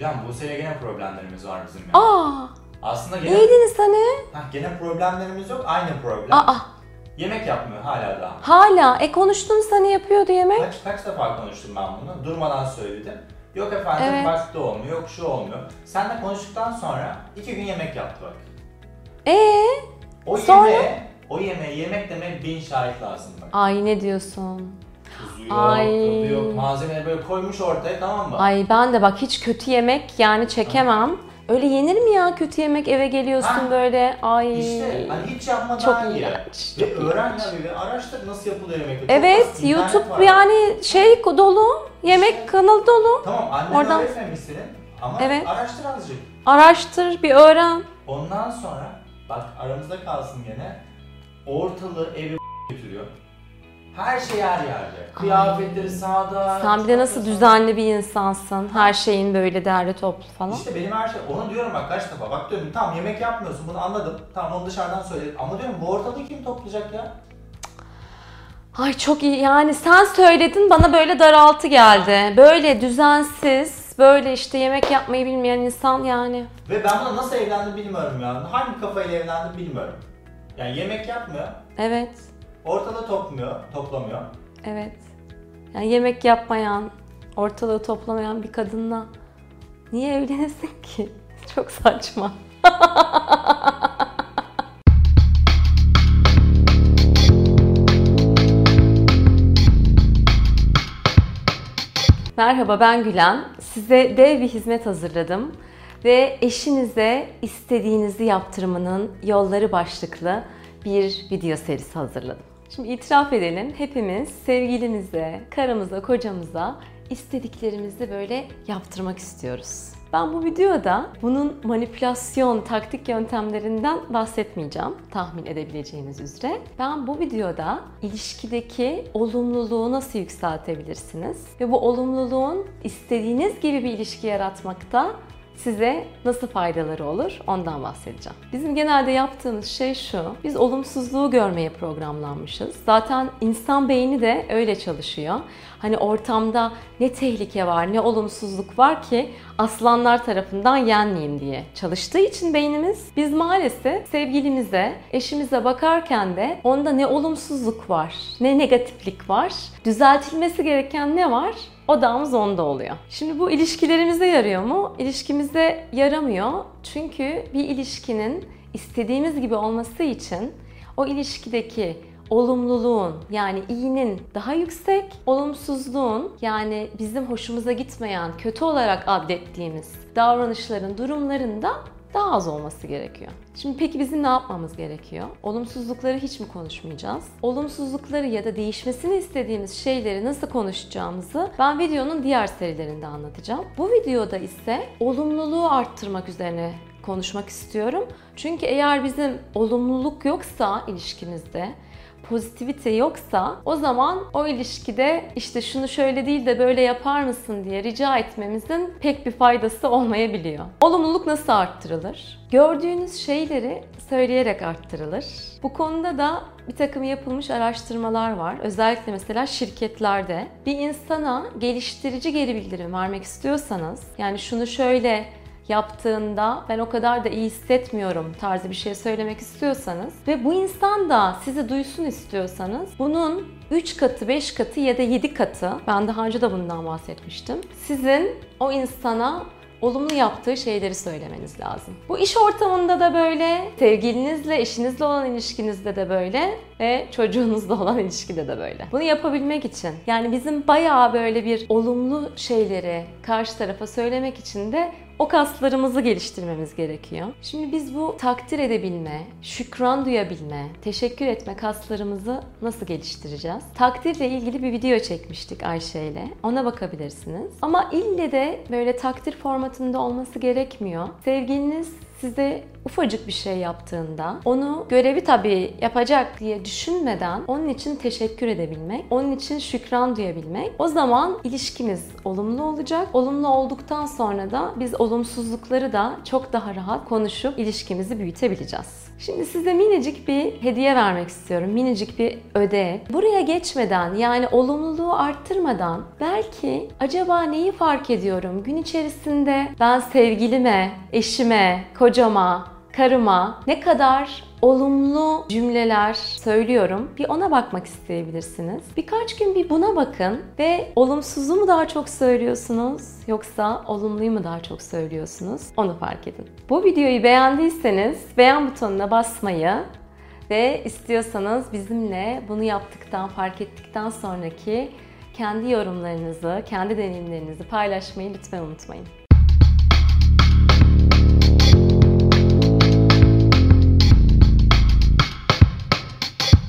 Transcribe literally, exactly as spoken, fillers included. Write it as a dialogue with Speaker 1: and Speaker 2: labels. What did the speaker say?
Speaker 1: Gülhan, Buse'yle gene problemlerimiz var bizim ya.
Speaker 2: Aa!
Speaker 1: Aslında gene...
Speaker 2: Neydiniz hani?
Speaker 1: Heh, gene problemlerimiz yok, aynı problem.
Speaker 2: Aa!
Speaker 1: Yemek yapmıyor hala daha.
Speaker 2: Hala? E konuştunuz hani yapıyordu yemek.
Speaker 1: Kaç, kaç defa konuştum ben bunu, durmadan söyledim. Yok efendim
Speaker 2: Evet.
Speaker 1: vakti olmuyor, yok şu olmuyor. Seninle konuştuktan sonra iki gün yemek yaptı bak.
Speaker 2: Ee?
Speaker 1: O
Speaker 2: Sonra?
Speaker 1: yemeğe, o yemeğe yemek demeye bin şahit lazım bak.
Speaker 2: Ay ne diyorsun?
Speaker 1: Tuzu yok,
Speaker 2: Ay.
Speaker 1: tadı yok, malzemeleri böyle koymuş ortaya, tamam mı?
Speaker 2: Ay ben de bak hiç kötü yemek yani çekemem. Öyle yenir mi ya kötü yemek, eve geliyorsun
Speaker 1: Ha.
Speaker 2: böyle ay.
Speaker 1: İşte hani hiç yapma
Speaker 2: Çok
Speaker 1: daha iyi.
Speaker 2: iğrenç,
Speaker 1: Ve
Speaker 2: çok
Speaker 1: öğren
Speaker 2: iğrenç.
Speaker 1: ya bir, araştır nasıl yapılıyor yemek. Çok
Speaker 2: Evet,
Speaker 1: basit, internet
Speaker 2: YouTube
Speaker 1: var.
Speaker 2: yani şey dolu, yemek
Speaker 1: İşte.
Speaker 2: kanalı dolu.
Speaker 1: Tamam, annen
Speaker 2: Oradan-
Speaker 1: öğretmemiş senin ama
Speaker 2: Evet.
Speaker 1: araştır azıcık.
Speaker 2: Araştır, bir öğren.
Speaker 1: Ondan sonra bak aramızda kalsın gene, ortalığı evi götürüyor. Her şey her yerde. Kıyafetleri sağda.
Speaker 2: Sen bir de nasıl
Speaker 1: çantası-
Speaker 2: düzenli bir insansın. Her şeyin böyle derli toplu falan.
Speaker 1: İşte benim her şey, onu diyorum bak kaç defa. Bak diyorum tamam yemek yapmıyorsun, bunu anladım. Tamam onu dışarıdan söyledim. Ama diyorum bu ortalığı kim toplayacak ya?
Speaker 2: Ay çok iyi yani sen söyledin bana böyle daraltı geldi. Böyle düzensiz, böyle işte yemek yapmayı bilmeyen insan yani.
Speaker 1: Ve ben buna nasıl evlendim bilmiyorum ya. Hangi kafayla evlendim bilmiyorum. Yani yemek yapmıyor,
Speaker 2: Evet,
Speaker 1: ortalığı toplamıyor, toplamıyor.
Speaker 2: evet. Yani yemek yapmayan, ortalığı toplamayan bir kadınla niye evlenesin ki? Çok saçma. Merhaba, ben Gülen. Size dev bir hizmet hazırladım ve eşinize istediğinizi yaptırmanın yolları başlıklı bir video serisi hazırladım. Şimdi itiraf edelim, hepimiz sevgilimize, karımıza, kocamıza istediklerimizi böyle yaptırmak istiyoruz. Ben bu videoda bunun manipülasyon, taktik yöntemlerinden bahsetmeyeceğim, tahmin edebileceğiniz üzere. Ben bu videoda ilişkideki olumluluğu nasıl yükseltebilirsiniz ve bu olumluluğun istediğiniz gibi bir ilişki yaratmakta size nasıl faydaları olur ondan bahsedeceğim. Bizim genelde yaptığımız şey şu, biz olumsuzluğu görmeye programlanmışız. Zaten insan beyni de öyle çalışıyor. Hani ortamda ne tehlike var, ne olumsuzluk var ki aslanlar tarafından yenmeyeyim diye çalıştığı için beynimiz, biz maalesef sevgilimize, eşimize bakarken de onda ne olumsuzluk var, ne negatiflik var, düzeltilmesi gereken ne var? Odağımız onda oluyor. Şimdi bu ilişkilerimize yarıyor mu? İlişkimize yaramıyor. Çünkü bir ilişkinin istediğimiz gibi olması için o ilişkideki olumluluğun yani iyinin daha yüksek, olumsuzluğun yani bizim hoşumuza gitmeyen, kötü olarak adettiğimiz davranışların, durumların da daha az olması gerekiyor. Şimdi peki bizim ne yapmamız gerekiyor? Olumsuzlukları hiç mi konuşmayacağız? Olumsuzlukları ya da değişmesini istediğimiz şeyleri nasıl konuşacağımızı ben videonun diğer serilerinde anlatacağım. Bu videoda ise olumluluğu arttırmak üzerine konuşmak istiyorum. Çünkü eğer bizim olumluluk yoksa ilişkimizde, pozitivite yoksa o zaman o ilişkide işte şunu şöyle değil de böyle yapar mısın diye rica etmemizin pek bir faydası olmayabiliyor. Olumluluk nasıl arttırılır? Gördüğünüz şeyleri söyleyerek arttırılır. Bu konuda da bir takım yapılmış araştırmalar var. Özellikle mesela şirketlerde bir insana geliştirici geri bildirim vermek istiyorsanız, yani şunu şöyle yaptığında ben o kadar da iyi hissetmiyorum tarzı bir şey söylemek istiyorsanız ve bu insan da sizi duysun istiyorsanız bunun üç katı, beş katı ya da yedi katı, ben daha önce de bundan bahsetmiştim, sizin o insana olumlu yaptığı şeyleri söylemeniz lazım. Bu iş ortamında da böyle, sevgilinizle, eşinizle olan ilişkinizde de böyle ve çocuğunuzla olan ilişkide de böyle. Bunu yapabilmek için, yani bizim bayağı böyle bir olumlu şeyleri karşı tarafa söylemek için de o kaslarımızı geliştirmemiz gerekiyor. Şimdi biz bu takdir edebilme, şükran duyabilme, teşekkür etme kaslarımızı nasıl geliştireceğiz? Takdirle ilgili bir video çekmiştik Ayşe ile. Ona bakabilirsiniz. Ama ille de böyle takdir formatında olması gerekmiyor. Sevgiliniz size ufacık bir şey yaptığında onu görevi tabii yapacak diye düşünmeden onun için teşekkür edebilmek, onun için şükran duyabilmek. O zaman ilişkimiz olumlu olacak. Olumlu olduktan sonra da biz olumsuzlukları da çok daha rahat konuşup ilişkimizi büyütebileceğiz. Şimdi size minicik bir hediye vermek istiyorum. Minicik bir ödev. Buraya geçmeden, yani olumluluğu arttırmadan belki acaba neyi fark ediyorum? Gün içerisinde ben sevgilime, eşime, kocama, karıma ne kadar olumlu cümleler söylüyorum. Bir ona bakmak isteyebilirsiniz. Birkaç gün bir buna bakın ve olumsuzu mu daha çok söylüyorsunuz yoksa olumluyu mu daha çok söylüyorsunuz? Onu fark edin. Bu videoyu beğendiyseniz beğen butonuna basmayı ve istiyorsanız bizimle bunu yaptıktan, fark ettikten sonraki kendi yorumlarınızı, kendi deneyimlerinizi paylaşmayı lütfen unutmayın.